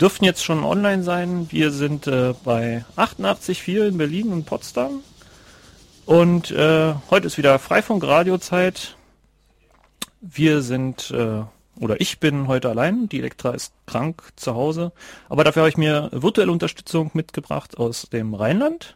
dürften jetzt schon online sein. Wir sind bei 88,4 in Berlin und Potsdam. Und heute ist wieder Freifunk-Radiozeit. Wir sind, oder ich bin heute allein. Die Elektra ist krank zu Hause. Aber dafür habe ich mir virtuelle Unterstützung mitgebracht aus dem Rheinland.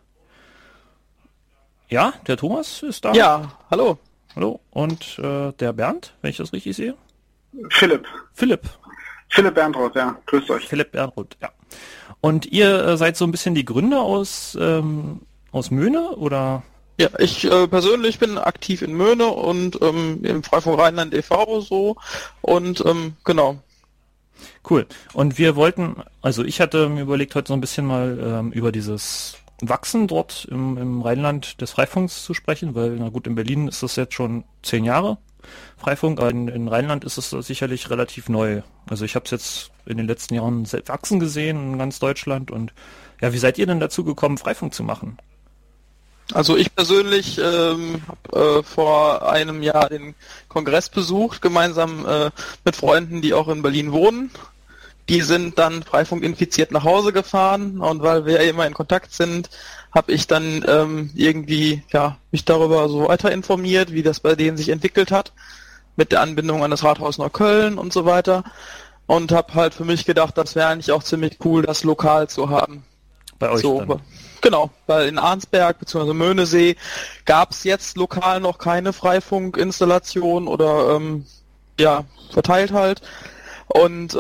Ja, der Thomas ist da. Ja, hallo. Hallo. Und der Bernd, wenn ich das richtig sehe. Philipp Bernroth, ja. Grüßt euch. Philipp Bernroth, ja. Und ihr seid so ein bisschen die Gründer aus Möhne, oder? Ja, ich persönlich bin aktiv in Möhne und im Freifunk Rheinland e.V. so und genau. Cool. Und wir wollten, also ich hatte mir überlegt, heute so ein bisschen mal über dieses Wachsen dort im Rheinland des Freifunks zu sprechen, weil, na gut, in Berlin ist das jetzt schon 10 Jahre Freifunk, aber in Rheinland ist es sicherlich relativ neu. Also ich habe es jetzt in den letzten Jahren wachsen gesehen in ganz Deutschland. Und ja, wie seid ihr denn dazu gekommen, Freifunk zu machen? Also ich persönlich habe vor einem Jahr den Kongress besucht, gemeinsam mit Freunden, die auch in Berlin wohnen. Die sind dann Freifunk infiziert nach Hause gefahren, und weil wir immer in Kontakt sind, habe ich dann irgendwie mich darüber so weiter informiert, wie das bei denen sich entwickelt hat, mit der Anbindung an das Rathaus Neukölln und so weiter, und habe halt für mich gedacht, das wäre eigentlich auch ziemlich cool, das lokal zu haben. Bei euch so, dann? Genau, weil in Arnsberg bzw. Möhnesee gab es jetzt lokal noch keine Freifunkinstallation oder verteilt halt, und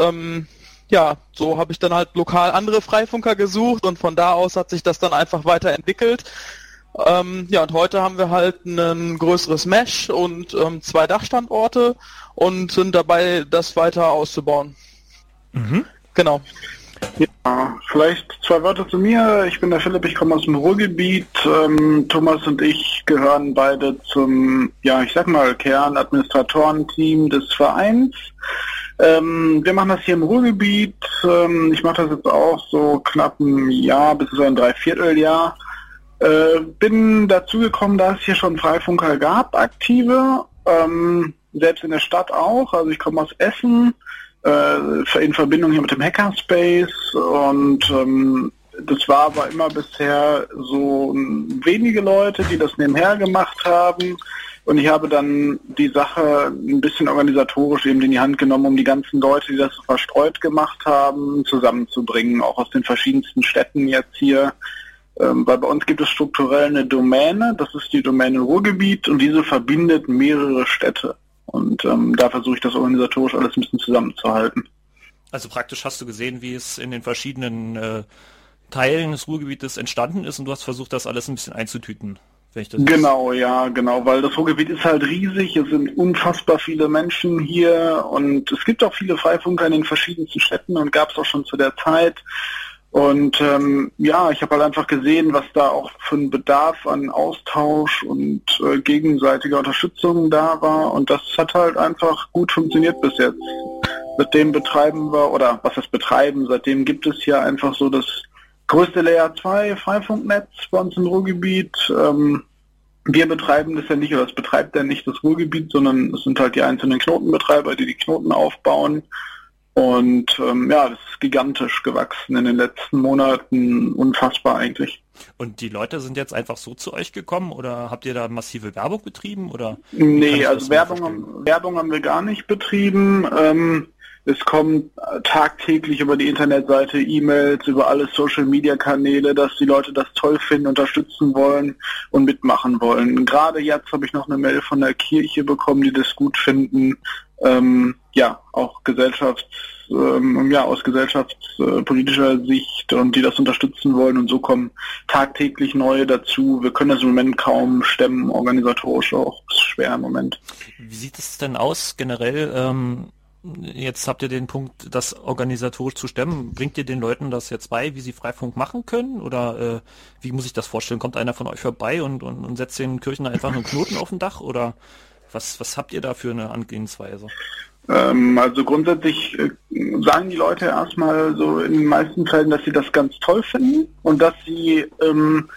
so habe ich dann halt lokal andere Freifunker gesucht, und von da aus hat sich das dann einfach weiterentwickelt. Und heute haben wir halt ein größeres Mesh und 2 Dachstandorte und sind dabei, das weiter auszubauen. Mhm. Genau. Ja, vielleicht 2 Worte zu mir. Ich bin der Philipp, ich komme aus dem Ruhrgebiet. Thomas und ich gehören beide zum, Kernadministratorenteam des Vereins. Wir machen das hier im Ruhrgebiet. Ich mache das jetzt auch so knapp ein Jahr bis ein Dreivierteljahr. Bin dazu gekommen, da es hier schon Freifunker gab, aktive, selbst in der Stadt auch. Also ich komme aus Essen, in Verbindung hier mit dem Hackerspace, und das war aber immer bisher so wenige Leute, die das nebenher gemacht haben. Und ich habe dann die Sache ein bisschen organisatorisch eben in die Hand genommen, um die ganzen Leute, die das so verstreut gemacht haben, zusammenzubringen, auch aus den verschiedensten Städten jetzt hier. Weil bei uns gibt es strukturell eine Domäne, das ist die Domäne Ruhrgebiet, und diese verbindet mehrere Städte. Und da versuche ich das organisatorisch alles ein bisschen zusammenzuhalten. Also praktisch hast du gesehen, wie es in den verschiedenen Teilen des Ruhrgebietes entstanden ist, und du hast versucht, das alles ein bisschen einzutüten. Genau, weil das Ruhrgebiet ist halt riesig, es sind unfassbar viele Menschen hier, und es gibt auch viele Freifunker in den verschiedensten Städten und gab es auch schon zu der Zeit. Und ich habe halt einfach gesehen, was da auch für ein Bedarf an Austausch und gegenseitiger Unterstützung da war, und das hat halt einfach gut funktioniert bis jetzt. Seitdem seitdem gibt es hier einfach so das größte Layer 2 Freifunknetz bei uns im Ruhrgebiet. Wir betreiben das ja nicht, oder es betreibt ja nicht das Ruhrgebiet, sondern es sind halt die einzelnen Knotenbetreiber, die Knoten aufbauen. Und das ist gigantisch gewachsen in den letzten Monaten, unfassbar eigentlich. Und die Leute sind jetzt einfach so zu euch gekommen, oder habt ihr da massive Werbung betrieben? Oder? Nee, also Werbung haben wir gar nicht betrieben. Es kommt tagtäglich über die Internetseite E-Mails, über alle Social-Media-Kanäle, dass die Leute das toll finden, unterstützen wollen und mitmachen wollen. Gerade jetzt habe ich noch eine Mail von der Kirche bekommen, die das gut finden. Auch aus gesellschaftspolitischer Sicht, und die das unterstützen wollen, und so kommen tagtäglich neue dazu. Wir können das im Moment kaum stemmen, organisatorisch auch. Das ist schwer im Moment. Wie sieht es denn aus generell? Jetzt habt ihr den Punkt, das organisatorisch zu stemmen. Bringt ihr den Leuten das jetzt bei, wie sie Freifunk machen können? Oder wie muss ich das vorstellen? Kommt einer von euch vorbei und setzt den Kirchen einfach einen Knoten auf dem Dach? Oder was habt ihr da für eine Angehensweise? Also grundsätzlich sagen die Leute erstmal so in den meisten Fällen, dass sie das ganz toll finden und dass sie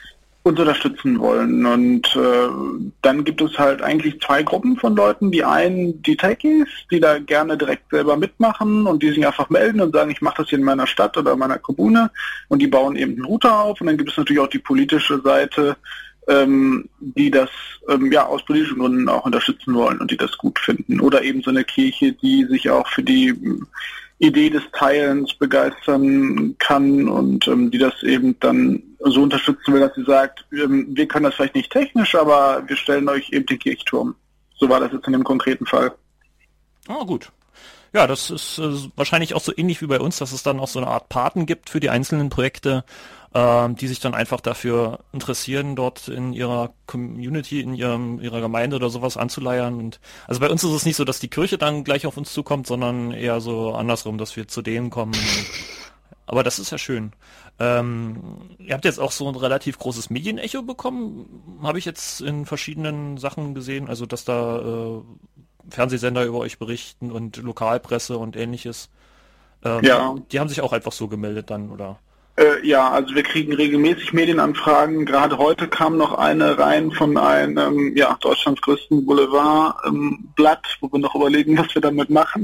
uns unterstützen wollen. Und dann gibt es halt eigentlich zwei Gruppen von Leuten. Die einen, die Techies, die da gerne direkt selber mitmachen und die sich einfach melden und sagen, ich mache das hier in meiner Stadt oder meiner Kommune, und die bauen eben einen Router auf. Und dann gibt es natürlich auch die politische Seite, die das aus politischen Gründen auch unterstützen wollen und die das gut finden. Oder eben so eine Kirche, die sich auch für die Idee des Teilens begeistern kann und die das eben dann so unterstützen will, dass sie sagt, wir können das vielleicht nicht technisch, aber wir stellen euch eben den Kirchturm. So war das jetzt in dem konkreten Fall. Ah, gut. Ja, das ist wahrscheinlich auch so ähnlich wie bei uns, dass es dann auch so eine Art Paten gibt für die einzelnen Projekte, die sich dann einfach dafür interessieren, dort in ihrer Community, in ihrer Gemeinde oder sowas anzuleiern. Und also bei uns ist es nicht so, dass die Kirche dann gleich auf uns zukommt, sondern eher so andersrum, dass wir zu denen kommen. Aber das ist ja schön. Ihr habt jetzt auch so ein relativ großes Medienecho bekommen, habe ich jetzt in verschiedenen Sachen gesehen, also dass da Fernsehsender über euch berichten und Lokalpresse und ähnliches. Ja. Die haben sich auch einfach so gemeldet dann, oder? Ja, also wir kriegen regelmäßig Medienanfragen. Gerade heute kam noch eine rein von einem, Deutschlands größten Boulevardblatt, wo wir noch überlegen, was wir damit machen.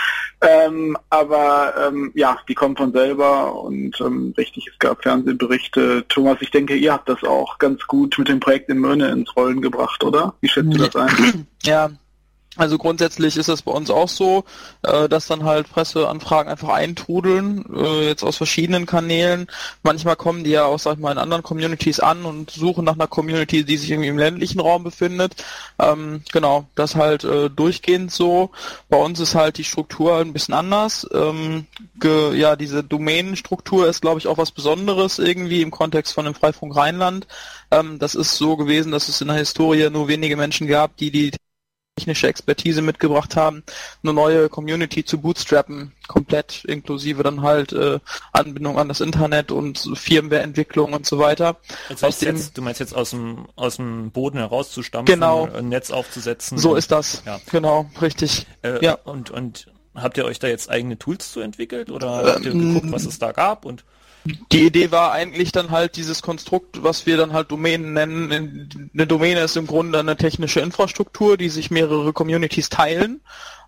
Die kommen von selber und richtig, es gab Fernsehberichte. Thomas, ich denke, ihr habt das auch ganz gut mit dem Projekt in Möhne ins Rollen gebracht, oder? Wie schätzt du das ein? Ja. Also grundsätzlich ist es bei uns auch so, dass dann halt Presseanfragen einfach eintrudeln, jetzt aus verschiedenen Kanälen. Manchmal kommen die ja auch, sag ich mal, in anderen Communities an und suchen nach einer Community, die sich irgendwie im ländlichen Raum befindet. Das halt durchgehend so. Bei uns ist halt die Struktur ein bisschen anders. Diese Domänenstruktur ist, glaube ich, auch was Besonderes irgendwie im Kontext von dem Freifunk Rheinland. Das ist so gewesen, dass es in der Historie nur wenige Menschen gab, die technische Expertise mitgebracht haben, eine neue Community zu bootstrappen, komplett inklusive dann halt Anbindung an das Internet und Firmwareentwicklung und so weiter. Du meinst jetzt aus dem Boden herauszustampfen, genau, ein Netz aufzusetzen? So ist das, ja. Genau, richtig. Ja. Und habt ihr euch da jetzt eigene Tools zu entwickelt oder habt ihr geguckt, was es da gab? Und die Idee war eigentlich dann halt dieses Konstrukt, was wir dann halt Domänen nennen. Eine Domäne ist im Grunde eine technische Infrastruktur, die sich mehrere Communities teilen.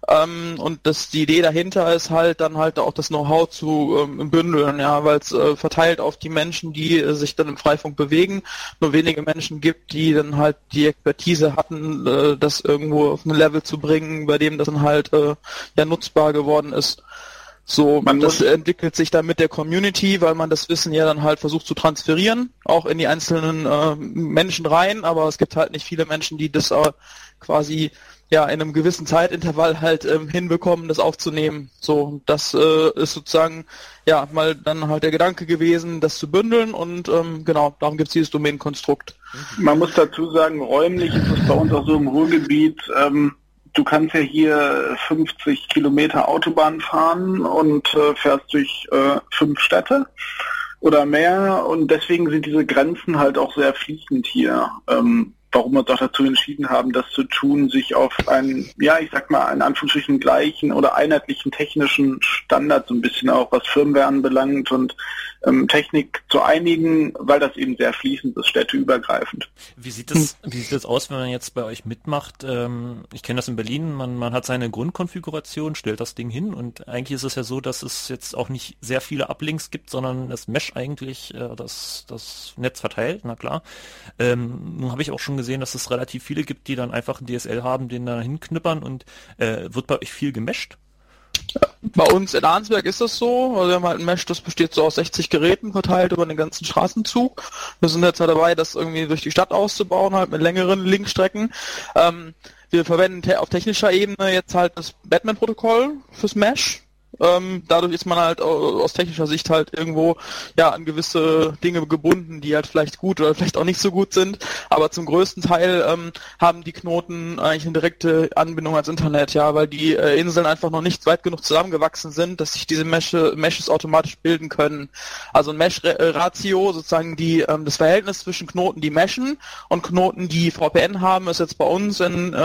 Und die Idee dahinter ist halt dann halt auch das Know-how zu bündeln, ja, weil es verteilt auf die Menschen, die sich dann im Freifunk bewegen, nur wenige Menschen gibt, die dann halt die Expertise hatten, das irgendwo auf ein Level zu bringen, bei dem das dann halt nutzbar geworden ist. So, das entwickelt sich dann mit der Community, weil man das Wissen ja dann halt versucht zu transferieren, auch in die einzelnen Menschen rein, aber es gibt halt nicht viele Menschen, die das quasi in einem gewissen Zeitintervall halt hinbekommen, das aufzunehmen. So, das ist sozusagen mal dann halt der Gedanke gewesen, das zu bündeln und darum gibt es dieses Domänenkonstrukt. Man muss dazu sagen, räumlich ist es bei uns auch so im Ruhrgebiet, du kannst ja hier 50 Kilometer Autobahn fahren und fährst durch 5 Städte oder mehr, und deswegen sind diese Grenzen halt auch sehr fließend hier. Warum wir uns auch dazu entschieden haben, das zu tun, sich auf einen, ich sag mal, in Anführungsstrichen gleichen oder einheitlichen technischen Standard so ein bisschen auch, was Firmware anbelangt und Technik zu einigen, weil das eben sehr fließend ist, städteübergreifend. Wie sieht das aus, wenn man jetzt bei euch mitmacht? Ich kenne das in Berlin, man hat seine Grundkonfiguration, stellt das Ding hin, und eigentlich ist es ja so, dass es jetzt auch nicht sehr viele Uplinks gibt, sondern das Mesh eigentlich das Netz verteilt, na klar. Nun habe ich auch schon gesehen, dass es relativ viele gibt, die dann einfach ein DSL haben, den da hinknippern, und wird bei euch viel gemescht? Bei uns in Arnsberg ist das so. Also wir haben halt ein Mesh, das besteht so aus 60 Geräten verteilt über den ganzen Straßenzug. Wir sind jetzt halt dabei, das irgendwie durch die Stadt auszubauen, halt mit längeren Linkstrecken. Wir verwenden auf technischer Ebene jetzt halt das Batman-Protokoll fürs Mesh. Dadurch ist man halt aus technischer Sicht halt irgendwo an gewisse Dinge gebunden, die halt vielleicht gut oder vielleicht auch nicht so gut sind, aber zum größten Teil haben die Knoten eigentlich eine direkte Anbindung ans Internet, weil die Inseln einfach noch nicht weit genug zusammengewachsen sind, dass sich diese Meshes automatisch bilden können. Also ein Mesh-Ratio, sozusagen das Verhältnis zwischen Knoten, die meshen, und Knoten, die VPN haben, ist jetzt bei uns in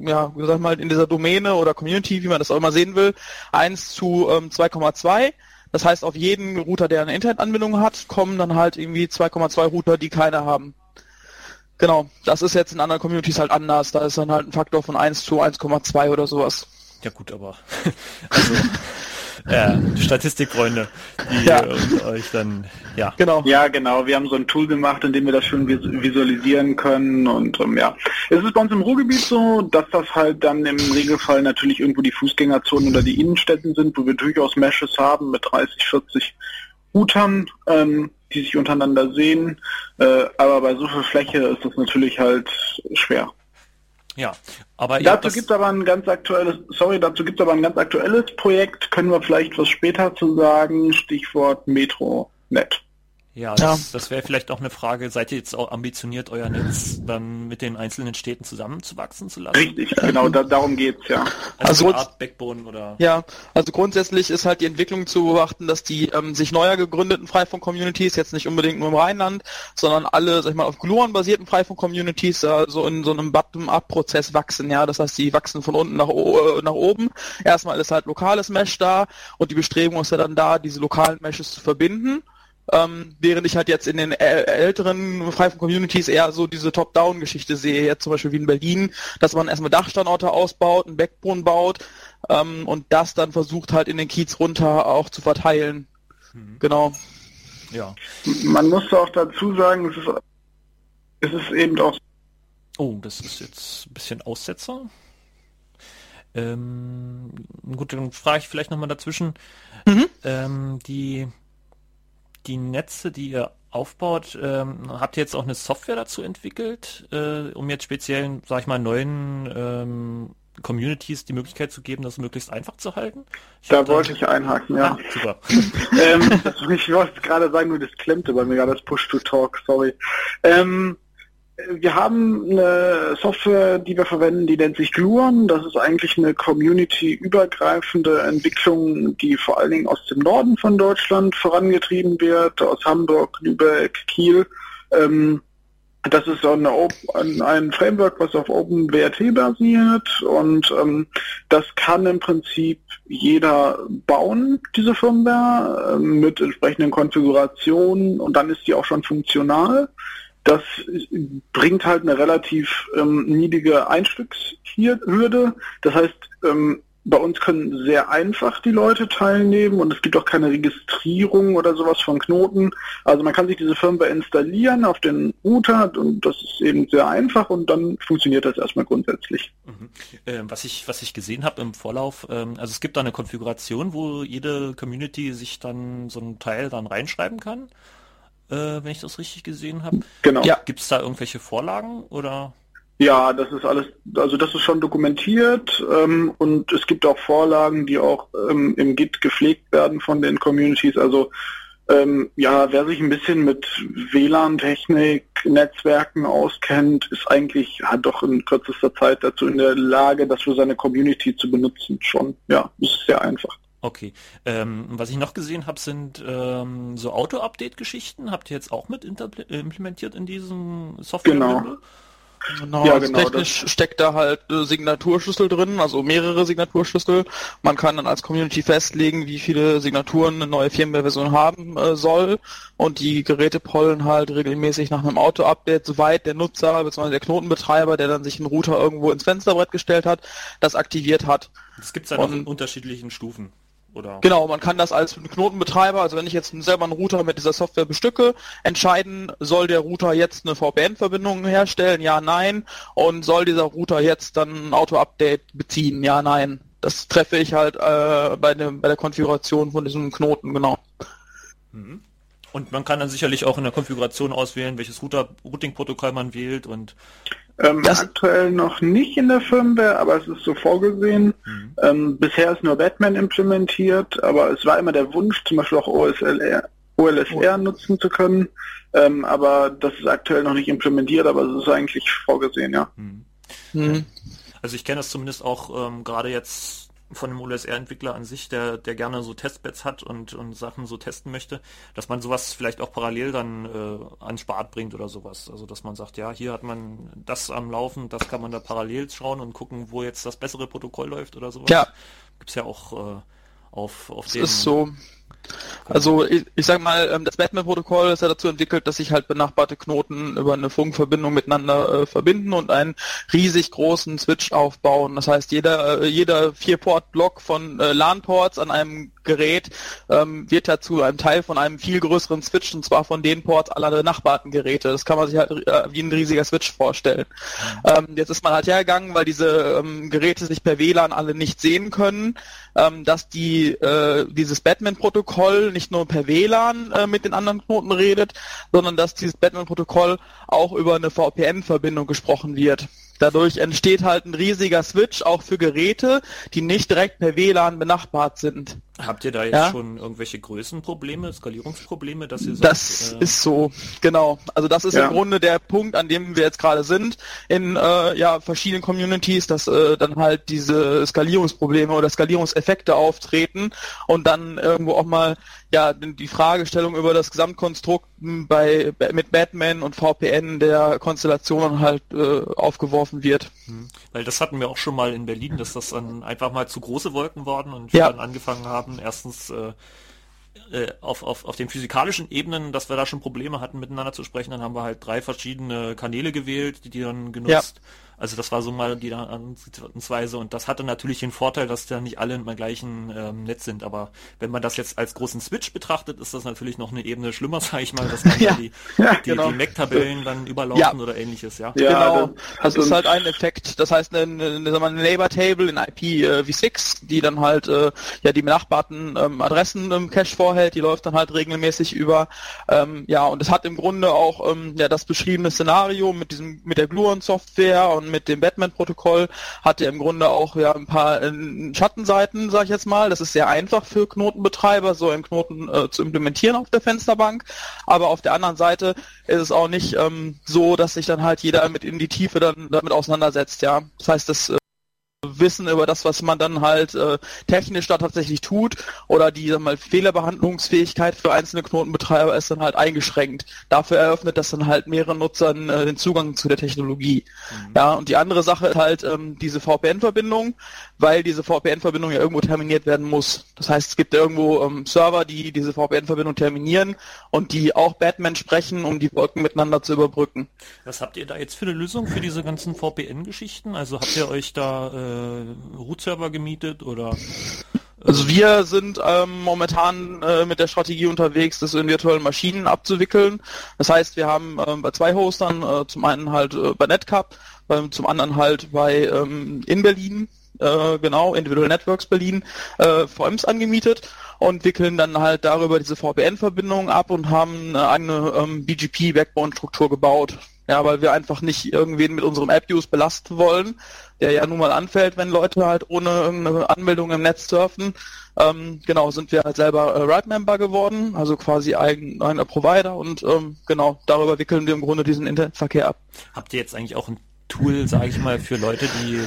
in dieser Domäne oder Community, wie man das auch immer sehen will, 1:2,2. Das heißt, auf jeden Router, der eine Internetanbindung hat, kommen dann halt irgendwie 2,2 Router, die keine haben. Genau, das ist jetzt in anderen Communities halt anders. Da ist dann halt ein Faktor von 1 zu 1,2 oder sowas. Ja gut, aber also Statistikfreunde, die euch dann, Genau. Ja, genau. Wir haben so ein Tool gemacht, in dem wir das schön visualisieren können und Es ist bei uns im Ruhrgebiet so, dass das halt dann im Regelfall natürlich irgendwo die Fußgängerzonen oder die Innenstädten sind, wo wir durchaus Meshes haben mit 30, 40 Routern, die sich untereinander sehen. Aber bei so viel Fläche ist das natürlich halt schwer. Ja, aber dazu gibt es aber ein ganz aktuelles Projekt, können wir vielleicht was später zu sagen, Stichwort Metronet. Ja, das wäre vielleicht auch eine Frage, seid ihr jetzt auch ambitioniert, euer Netz dann mit den einzelnen Städten zusammenzuwachsen zu lassen? Richtig, genau, darum geht's, ja. Also eine Art Backbone oder... Ja, also grundsätzlich ist halt die Entwicklung zu beobachten, dass die sich neuer gegründeten Freifunk-Communities, jetzt nicht unbedingt nur im Rheinland, sondern alle, sag ich mal, auf Gluon basierten Freifunk-Communities so in so einem Bottom-up-Prozess wachsen, ja. Das heißt, die wachsen von unten nach oben. Erstmal ist halt lokales Mesh da und die Bestrebung ist ja dann da, diese lokalen Meshes zu verbinden. Während ich halt jetzt in den älteren Freifunk-Communities eher so diese Top-Down-Geschichte sehe, jetzt zum Beispiel wie in Berlin, dass man erstmal Dachstandorte ausbaut, einen Backbone baut und das dann versucht halt in den Kiez runter auch zu verteilen. Genau. Ja. Man muss auch dazu sagen, es ist eben auch... Oh, das ist jetzt ein bisschen Aussetzer. Gut, dann frage ich vielleicht nochmal dazwischen. Die Netze, die ihr aufbaut, habt ihr jetzt auch eine Software dazu entwickelt, um jetzt speziell, sag ich mal, neuen Communities die Möglichkeit zu geben, das möglichst einfach zu halten? Da wollte ich einhaken, ja. Super. Ich wollte gerade sagen, nur das klemmte bei mir gerade, das Push-to-Talk, sorry. Wir haben eine Software, die wir verwenden, die nennt sich Gluon. Das ist eigentlich eine community-übergreifende Entwicklung, die vor allen Dingen aus dem Norden von Deutschland vorangetrieben wird, aus Hamburg, Lübeck, Kiel. Das ist ein Framework, was auf OpenWrt basiert und das kann im Prinzip jeder bauen, diese Firmware, mit entsprechenden Konfigurationen und dann ist die auch schon funktional. Das bringt halt eine relativ niedrige Einstiegshürde. Das heißt, bei uns können sehr einfach die Leute teilnehmen und es gibt auch keine Registrierung oder sowas von Knoten. Also man kann sich diese Firmware installieren auf den Router und das ist eben sehr einfach und dann funktioniert das erstmal grundsätzlich. Was ich gesehen habe im Vorlauf, also es gibt da eine Konfiguration, wo jede Community sich dann so ein Teil dann reinschreiben kann. Wenn ich das richtig gesehen habe. Genau. Ja. Gibt es da irgendwelche Vorlagen oder? Ja, das ist alles, also das ist schon dokumentiert und es gibt auch Vorlagen, die auch im Git gepflegt werden von den Communities. Also wer sich ein bisschen mit WLAN-Technik, Netzwerken auskennt, ist eigentlich doch in kürzester Zeit dazu in der Lage, das für seine Community zu benutzen. Schon, ja, ist sehr einfach. Okay. Was ich noch gesehen habe, sind so Auto-Update-Geschichten. Habt ihr jetzt auch mit implementiert in diesem Software? Genau, also technisch steckt da halt eine Signaturschlüssel drin, also mehrere Signaturschlüssel. Man kann dann als Community festlegen, wie viele Signaturen eine neue Firmware-Version haben soll und die Geräte pollen halt regelmäßig nach einem Auto-Update, soweit der Nutzer bzw. der Knotenbetreiber, der dann sich einen Router irgendwo ins Fensterbrett gestellt hat, das aktiviert hat. Das gibt es dann auch in unterschiedlichen Stufen. Oder? Genau, man kann das als Knotenbetreiber, also wenn ich jetzt selber einen Router mit dieser Software bestücke, entscheiden, soll der Router jetzt eine VPN-Verbindung herstellen, ja, nein, und soll dieser Router jetzt dann ein Auto-Update beziehen, ja, nein. Das treffe ich halt bei der Konfiguration von diesem Knoten, genau. Und man kann dann sicherlich auch in der Konfiguration auswählen, welches Routing-Protokoll man wählt und aktuell noch nicht in der Firmware, aber es ist so vorgesehen. Bisher ist nur Batman implementiert, aber es war immer der Wunsch, zum Beispiel auch OLSR nutzen zu können. Aber das ist aktuell noch nicht implementiert, aber es ist eigentlich vorgesehen, ja. Also ich kenne das zumindest auch gerade jetzt von einem OLSR-Entwickler an sich, der gerne so Testbeds hat und Sachen so testen möchte, dass man sowas vielleicht auch parallel dann ans Start bringt oder sowas. Also dass man sagt, ja, hier hat man das am Laufen, das kann man da parallel schauen und gucken, wo jetzt das bessere Protokoll läuft oder sowas. Ja. Gibt's ja auch auf das den... ist so. Also ich sag mal, das Batman-Protokoll ist ja dazu entwickelt, dass sich halt benachbarte Knoten über eine Funkverbindung miteinander verbinden und einen riesig großen Switch aufbauen. Das heißt, jeder 4-Port-Block von LAN-Ports an einem Gerät wird ja zu einem Teil von einem viel größeren Switch, und zwar von den Ports aller benachbarten Geräte. Das kann man sich halt wie ein riesiger Switch vorstellen. Jetzt ist man halt hergegangen, weil diese Geräte sich per WLAN alle nicht sehen können, dass dieses Batman-Protokoll nicht nur per WLAN mit den anderen Knoten redet, sondern dass dieses Batman-Protokoll auch über eine VPN-Verbindung gesprochen wird. Dadurch entsteht halt ein riesiger Switch auch für Geräte, die nicht direkt per WLAN benachbart sind. Habt ihr da jetzt schon irgendwelche Größenprobleme, Skalierungsprobleme, dass ihr sagt? Das ist so, genau. Also das ist im Grunde der Punkt, an dem wir jetzt gerade sind in verschiedenen Communities, dass dann halt diese Skalierungsprobleme oder Skalierungseffekte auftreten und dann irgendwo auch mal die Fragestellung über das Gesamtkonstrukt mit Batman und VPN der Konstellation halt aufgeworfen wird. Weil das hatten wir auch schon mal in Berlin, dass das dann einfach mal zu große Wolken waren und wir dann angefangen haben, erstens auf den physikalischen Ebenen, dass wir da schon Probleme hatten, miteinander zu sprechen. Dann haben wir halt 3 verschiedene Kanäle gewählt, die dann genutzt. Also das war so mal die Ansichtsweise, und das hatte natürlich den Vorteil, dass da nicht alle im gleichen Netz sind. Aber wenn man das jetzt als großen Switch betrachtet, ist das natürlich noch eine Ebene schlimmer, sage ich mal, dass dann die MAC-Tabellen dann überlaufen oder ähnliches. Genau, das ist halt ein Effekt. Das heißt, eine Neighbor-Table in IPv6, die dann halt die benachbarten Adressen im Cache vorhält, die läuft dann halt regelmäßig über. Und es hat im Grunde auch das beschriebene Szenario mit der Gluon-Software und mit dem Batman-Protokoll hat er im Grunde auch ein paar Schattenseiten, sage ich jetzt mal. Das ist sehr einfach für Knotenbetreiber, so einen Knoten zu implementieren auf der Fensterbank. Aber auf der anderen Seite ist es auch nicht so, dass sich dann halt jeder mit in die Tiefe dann damit auseinandersetzt. Ja, das heißt, das Wissen über das, was man dann halt technisch da tatsächlich tut, oder die Fehlerbehandlungsfähigkeit für einzelne Knotenbetreiber ist dann halt eingeschränkt. Dafür eröffnet das dann halt mehreren Nutzern den Zugang zu der Technologie. Und die andere Sache ist halt diese VPN-Verbindung, weil diese VPN-Verbindung ja irgendwo terminiert werden muss. Das heißt, es gibt irgendwo Server, die diese VPN-Verbindung terminieren und die auch Batman sprechen, um die Wolken miteinander zu überbrücken. Was habt ihr da jetzt für eine Lösung für diese ganzen VPN-Geschichten? Also habt ihr euch da Root-Server gemietet oder? Also wir sind momentan mit der Strategie unterwegs, das in virtuellen Maschinen abzuwickeln. Das heißt, wir haben bei 2 Hostern, zum einen halt bei Netcup, zum anderen halt bei in Berlin, Individual Networks Berlin, VMs angemietet und wickeln dann halt darüber diese VPN-Verbindungen ab und haben eine eigene BGP-Backbone-Struktur gebaut. Ja, weil wir einfach nicht irgendwen mit unserem App-Use belasten wollen, der ja nun mal anfällt, wenn Leute halt ohne irgendeine Anmeldung im Netz surfen. Sind wir halt selber Right-Member geworden, also quasi eigener Provider, und darüber wickeln wir im Grunde diesen Internetverkehr ab. Habt ihr jetzt eigentlich auch ein Tool, sage ich mal, für Leute, die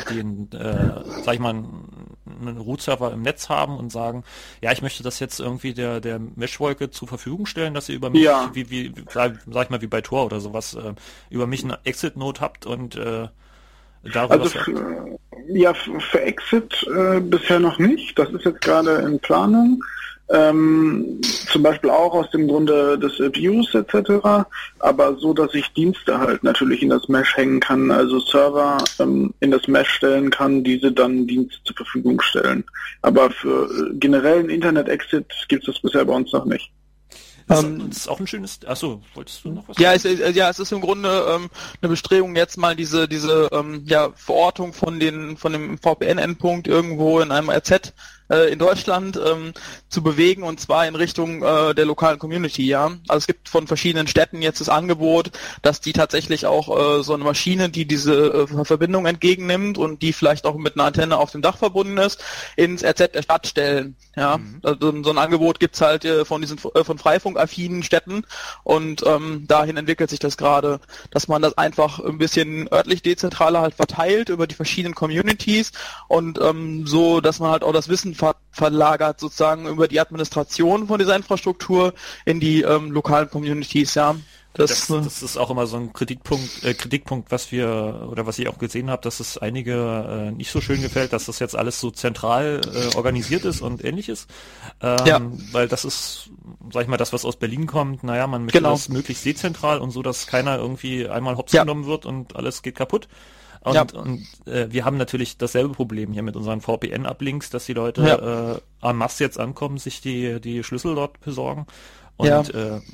einen Root-Server im Netz haben und sagen, ja, ich möchte das jetzt irgendwie der Mesh-Wolke zur Verfügung stellen, dass ihr über mich, sag ich mal, wie bei Tor oder sowas, über mich eine Exit-Node habt und darüber... Also für Exit bisher noch nicht. Das ist jetzt gerade in Planung. Zum Beispiel auch aus dem Grunde des Abuse etc., aber so, dass ich Dienste halt natürlich in das Mesh hängen kann, also Server in das Mesh stellen kann, diese dann Dienste zur Verfügung stellen. Aber für generellen Internet-Exit gibt es das bisher bei uns noch nicht. Das ist auch ein schönes... Achso, wolltest du noch was sagen? Es ist im Grunde eine Bestrebung, jetzt mal diese Verortung von dem VPN-Endpunkt irgendwo in einem RZ in Deutschland zu bewegen, und zwar in Richtung der lokalen Community, ja. Also es gibt von verschiedenen Städten jetzt das Angebot, dass die tatsächlich auch so eine Maschine, die diese Verbindung entgegennimmt und die vielleicht auch mit einer Antenne auf dem Dach verbunden ist, ins RZ der Stadt stellen, ja. Also so ein Angebot gibt's halt von Freifunk-affinen Städten, und dahin entwickelt sich das gerade, dass man das einfach ein bisschen örtlich dezentraler halt verteilt über die verschiedenen Communities und so, dass man halt auch das Wissen verlagert sozusagen über die Administration von dieser Infrastruktur in die lokalen Communities, ja. Das ist auch immer so ein Kritikpunkt, was ich auch gesehen habe, dass es einige nicht so schön gefällt, dass das jetzt alles so zentral organisiert ist und ähnliches. Weil das ist, sag ich mal, das, was aus Berlin kommt, naja, man möchte das möglichst dezentral und so, dass keiner irgendwie einmal hops genommen wird und alles geht kaputt. Und wir haben natürlich dasselbe Problem hier mit unseren VPN-Uplinks, dass die Leute en masse jetzt ankommen, sich die Schlüssel dort besorgen. Und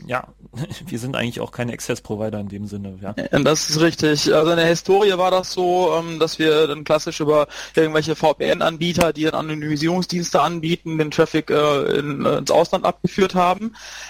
wir sind eigentlich auch keine Access-Provider in dem Sinne. Ja, das ist richtig. Also in der Historie war das so, dass wir dann klassisch über irgendwelche VPN-Anbieter, die dann Anonymisierungsdienste anbieten, den Traffic ins Ausland abgeführt haben.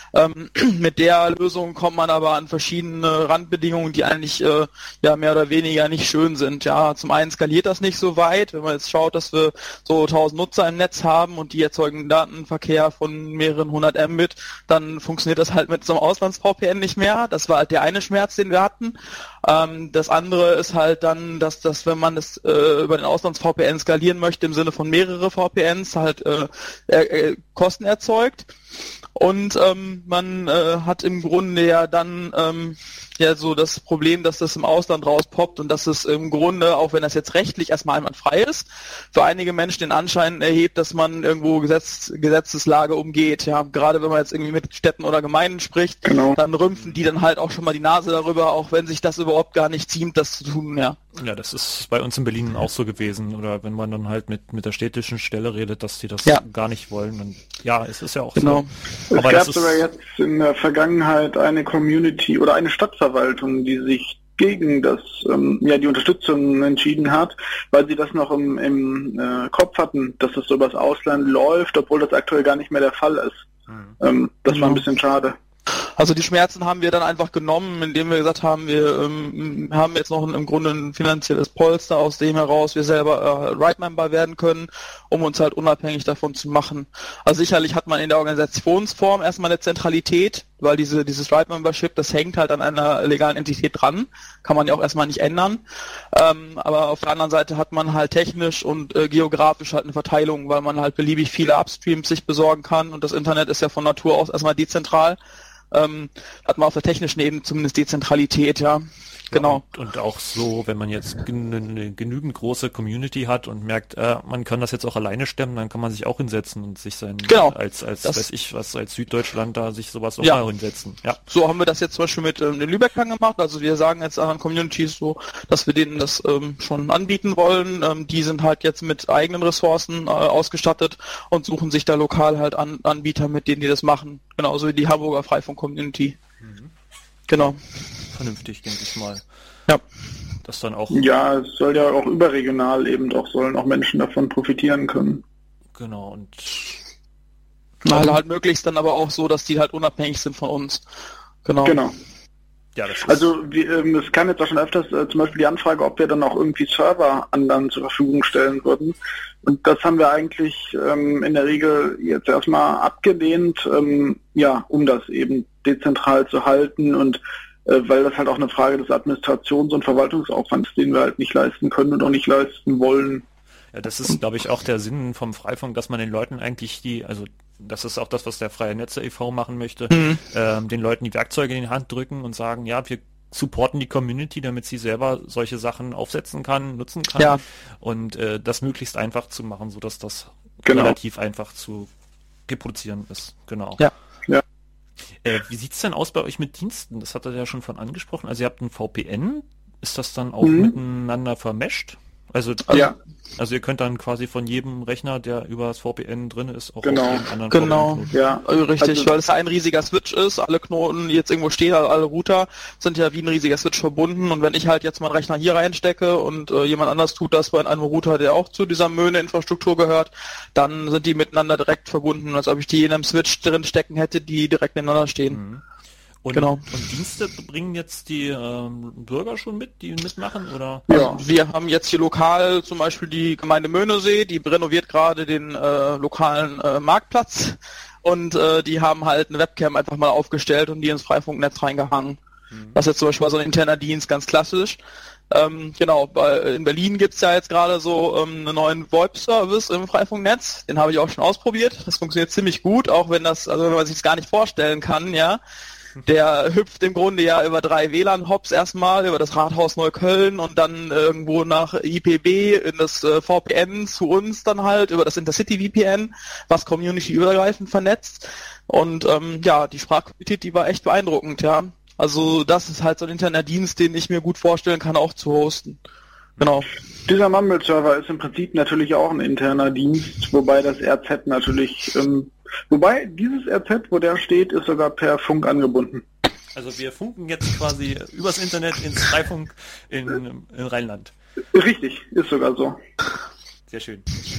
Mit der Lösung kommt man aber an verschiedene Randbedingungen, die eigentlich mehr oder weniger nicht schön sind. Ja, zum einen skaliert das nicht so weit, wenn man jetzt schaut, dass wir so 1000 Nutzer im Netz haben und die erzeugen Datenverkehr von mehreren 100 Mbit, dann funktioniert das halt mit so einem Auslands-VPN nicht mehr. Das war halt der eine Schmerz, den wir hatten. Das andere ist halt dann, dass wenn man das über den Auslands-VPN skalieren möchte, im Sinne von mehrere VPNs, halt Kosten erzeugt. Und man hat im Grunde ja dann so das Problem, dass das im Ausland rauspoppt und dass es im Grunde, auch wenn das jetzt rechtlich erstmal einwandfrei ist, für einige Menschen den Anschein erhebt, dass man irgendwo Gesetzeslage umgeht. Ja, gerade wenn man jetzt irgendwie mit Städten oder Gemeinden spricht, dann rümpfen die dann halt auch schon mal die Nase darüber, auch wenn sich das überhaupt gar nicht ziemt, das zu tun. Ja, das ist bei uns in Berlin auch so gewesen. Oder wenn man dann halt mit der städtischen Stelle redet, dass die das gar nicht wollen. Und ja, es ist ja auch so. Es gab sogar jetzt in der Vergangenheit eine Community oder eine Stadtverwaltung, die sich gegen die Unterstützung entschieden hat, weil sie das noch im Kopf hatten, dass es so übers Ausland läuft, obwohl das aktuell gar nicht mehr der Fall ist. Das war ein bisschen schade. Also die Schmerzen haben wir dann einfach genommen, indem wir gesagt haben, wir haben jetzt noch im Grunde ein finanzielles Polster, aus dem heraus wir selber Right-Member werden können, um uns halt unabhängig davon zu machen. Also sicherlich hat man in der Organisationsform erstmal eine Zentralität, weil dieses Right-Membership, das hängt halt an einer legalen Entität dran, kann man ja auch erstmal nicht ändern. Aber auf der anderen Seite hat man halt technisch und geografisch halt eine Verteilung, weil man halt beliebig viele Upstreams sich besorgen kann und das Internet ist ja von Natur aus erstmal dezentral. Hat man auf der technischen Ebene zumindest Dezentralität, ja. Genau. Und auch so, wenn man jetzt eine genügend große Community hat und merkt, man kann das jetzt auch alleine stemmen, dann kann man sich auch hinsetzen und sich als Süddeutschland da sich sowas auch mal hinsetzen. Ja. So haben wir das jetzt zum Beispiel mit den Lübeckern gemacht. Also wir sagen jetzt anderen Communities so, dass wir denen das schon anbieten wollen. Die sind halt jetzt mit eigenen Ressourcen ausgestattet und suchen sich da lokal halt Anbieter, mit denen die das machen. Genauso wie die Hamburger Freifunk-Community. Genau. Vernünftig, denke ich mal. Ja. Das dann auch. Ja, es soll ja auch überregional sollen auch Menschen davon profitieren können. Genau, und halt möglichst dann aber auch so, dass die halt unabhängig sind von uns. Genau. Ja, es kam jetzt auch schon öfters zum Beispiel die Anfrage, ob wir dann auch irgendwie Server anderen zur Verfügung stellen würden. Und das haben wir eigentlich in der Regel jetzt erstmal abgelehnt, um das eben dezentral zu halten und weil das halt auch eine Frage des Administrations- und Verwaltungsaufwands, den wir halt nicht leisten können und auch nicht leisten wollen. Ja, das ist, glaube ich, auch der Sinn vom Freifunk, dass man den Leuten eigentlich das ist auch das, was der Freie Netze e.V. machen möchte, den Leuten die Werkzeuge in die Hand drücken und sagen, ja, wir supporten die Community, damit sie selber solche Sachen aufsetzen kann, nutzen kann und das möglichst einfach zu machen, sodass das relativ einfach zu reproduzieren ist. Genau. Ja. Wie sieht's denn aus bei euch mit Diensten? Das hat er ja schon von angesprochen. Also ihr habt ein VPN. Ist das dann auch miteinander vermischt? Also ihr könnt dann quasi von jedem Rechner, der über das VPN drin ist, auch auf den anderen VPN-Knoten. Ja, richtig, weil es ein riesiger Switch ist. Alle Knoten, die jetzt irgendwo stehen, alle Router sind ja wie ein riesiger Switch verbunden. Und wenn ich halt jetzt meinen Rechner hier reinstecke und jemand anders tut das bei einem Router, der auch zu dieser Möhne-Infrastruktur gehört, dann sind die miteinander direkt verbunden, als ob ich die in einem Switch drin stecken hätte, die direkt nebeneinander stehen. Und Dienste bringen jetzt die Bürger schon mit, die mitmachen, oder? Ja, wir haben jetzt hier lokal zum Beispiel die Gemeinde Möhnesee, die renoviert gerade den lokalen Marktplatz und die haben halt eine Webcam einfach mal aufgestellt und die ins Freifunknetz reingehangen. Das ist jetzt zum Beispiel so ein interner Dienst, ganz klassisch. In Berlin gibt's ja jetzt gerade so einen neuen VoIP-Service im Freifunknetz, den habe ich auch schon ausprobiert. Das funktioniert ziemlich gut, auch wenn man sich das gar nicht vorstellen kann, ja. Der hüpft im Grunde ja über 3 WLAN-Hops erstmal, über das Rathaus Neukölln und dann irgendwo nach IPB in das VPN zu uns dann halt, über das Intercity-VPN, was community-übergreifend vernetzt. Und die Sprachqualität, die war echt beeindruckend, ja. Also das ist halt so ein interner Dienst, den ich mir gut vorstellen kann, auch zu hosten. Genau. Dieser Mumble-Server ist im Prinzip natürlich auch ein interner Dienst, wobei das RZ natürlich, wobei dieses RZ, wo der steht, ist sogar per Funk angebunden. Also wir funken jetzt quasi übers Internet ins Freifunk in Rheinland. Richtig, ist sogar so. Sehr schön.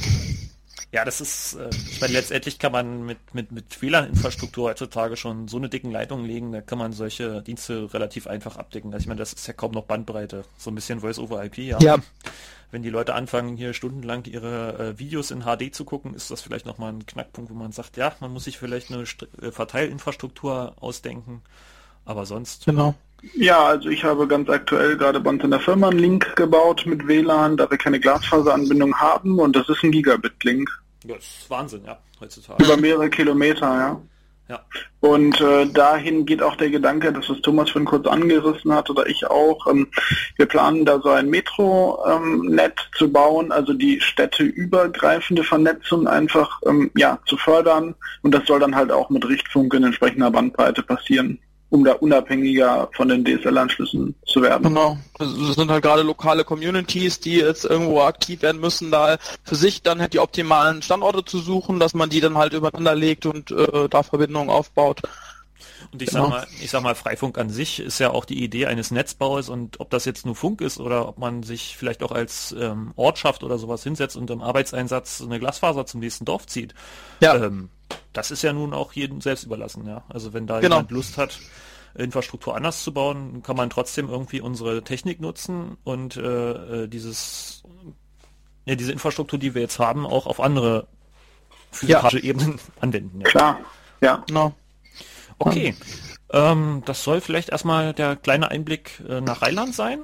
Ja, das ist, ich meine, letztendlich kann man mit WLAN-Infrastruktur heutzutage schon so eine dicken Leitung legen, da kann man solche Dienste relativ einfach abdecken. Also ich meine, das ist ja kaum noch Bandbreite, so ein bisschen Voice-over-IP, ja. Ja. Wenn die Leute anfangen, hier stundenlang ihre Videos in HD zu gucken, ist das vielleicht nochmal ein Knackpunkt, wo man sagt, ja, man muss sich vielleicht eine Verteilinfrastruktur ausdenken, aber sonst... Genau. Ja, also ich habe ganz aktuell gerade bei uns in der Firma einen Link gebaut mit WLAN, da wir keine Glasfaseranbindung haben und das ist ein Gigabit-Link. Ja, das ist Wahnsinn, ja, heutzutage. Über mehrere Kilometer, ja. Ja. Und dahin geht auch der Gedanke, dass was Thomas vorhin kurz angerissen hat oder ich auch. Wir planen da so ein Metro-Netz zu bauen, also die städteübergreifende Vernetzung einfach zu fördern. Und das soll dann halt auch mit Richtfunk in entsprechender Bandbreite passieren, um da unabhängiger von den DSL-Anschlüssen zu werden. Genau. Also das sind halt gerade lokale Communities, die jetzt irgendwo aktiv werden müssen, da für sich dann halt die optimalen Standorte zu suchen, dass man die dann halt übereinander legt und da Verbindungen aufbaut. Und ich sag mal, Freifunk an sich ist ja auch die Idee eines Netzbaus und ob das jetzt nur Funk ist oder ob man sich vielleicht auch als Ortschaft oder sowas hinsetzt und im Arbeitseinsatz eine Glasfaser zum nächsten Dorf zieht. Ja. Das ist ja nun auch jedem selbst überlassen, ja. Also wenn da jemand Lust hat, Infrastruktur anders zu bauen, kann man trotzdem irgendwie unsere Technik nutzen und diese Infrastruktur, die wir jetzt haben, auch auf andere physikalische Ebenen anwenden. Ja. Klar, ja. Genau. Okay, das soll vielleicht erstmal der kleine Einblick nach Rheinland sein.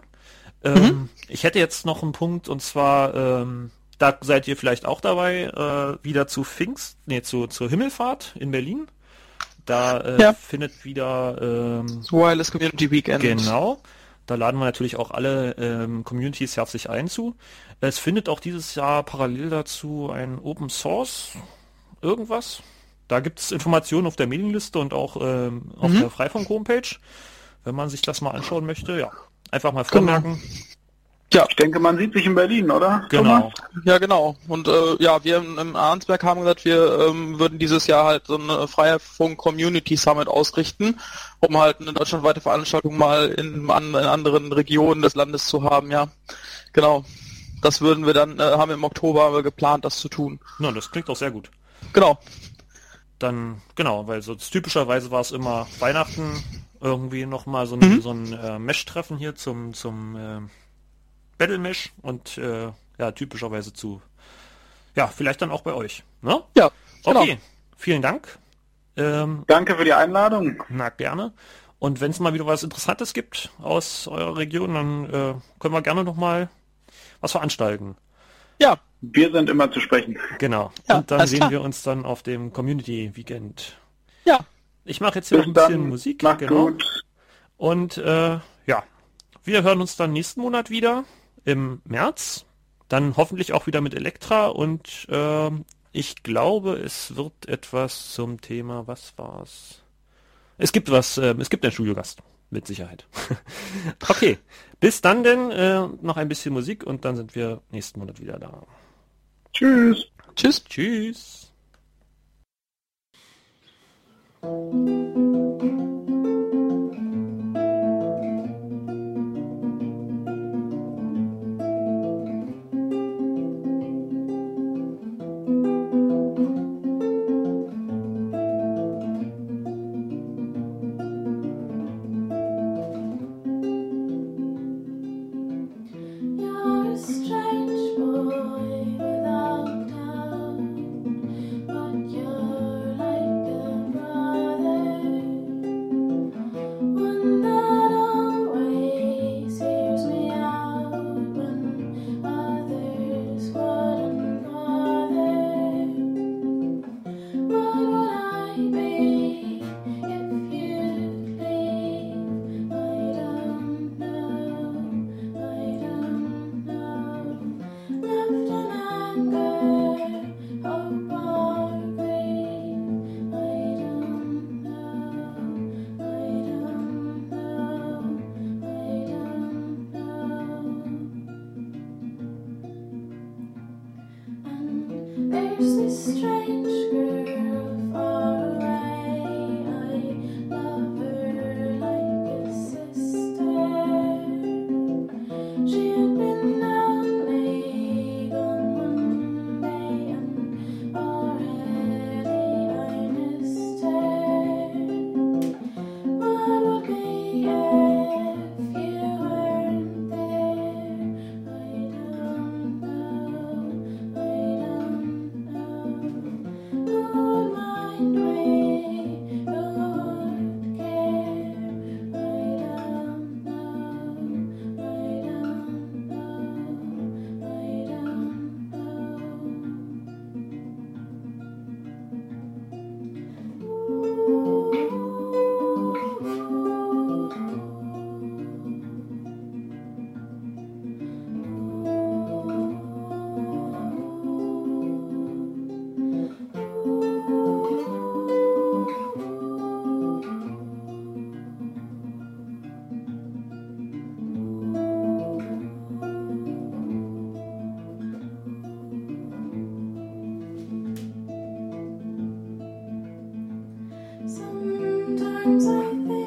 Ich hätte jetzt noch einen Punkt und zwar, da seid ihr vielleicht auch dabei, wieder zur Himmelfahrt in Berlin. Da findet wieder das Wireless Community Weekend. Genau. Da laden wir natürlich auch alle Communities herzlich ein zu. Es findet auch dieses Jahr parallel dazu ein Open Source irgendwas. Da gibt es Informationen auf der Mailingliste und auch auf der Freifunk-Homepage, wenn man sich das mal anschauen möchte. Ja, einfach mal vormerken. Ja, ich denke, man sieht sich in Berlin, oder? Genau. Thomas? Ja, genau. Und wir im Arnsberg haben gesagt, wir würden dieses Jahr halt so eine Freifunk Community Summit ausrichten, um halt eine deutschlandweite Veranstaltung mal in anderen Regionen des Landes zu haben, ja. Genau. Das würden wir dann, haben wir im Oktober geplant, das zu tun. Na, das klingt doch sehr gut. Genau. Dann, genau, weil so typischerweise war es immer Weihnachten, irgendwie nochmal so ein Mesh-Treffen hier zum Battle Mesh und typischerweise vielleicht dann auch bei euch. Ne? Ja, genau. Okay, vielen Dank. Danke für die Einladung. Na, gerne. Und wenn es mal wieder was Interessantes gibt aus eurer Region, dann können wir gerne nochmal was veranstalten. Ja. Wir sind immer zu sprechen. Genau. Ja, und dann sehen klar. wir uns dann auf dem Community Weekend. Ja. Ich mache jetzt hier noch ein bisschen Musik. Macht Genau. gut. Und wir hören uns dann nächsten Monat wieder im März. Dann hoffentlich auch wieder mit Elektra und ich glaube, es wird etwas zum Thema, was war's? Es gibt einen Studiogast, mit Sicherheit. Okay, bis dann denn, noch ein bisschen Musik und dann sind wir nächsten Monat wieder da. Tschüss. Tschüss. Tschüss. You're a strange boy without doubt, but you're like a brother. Sometimes I think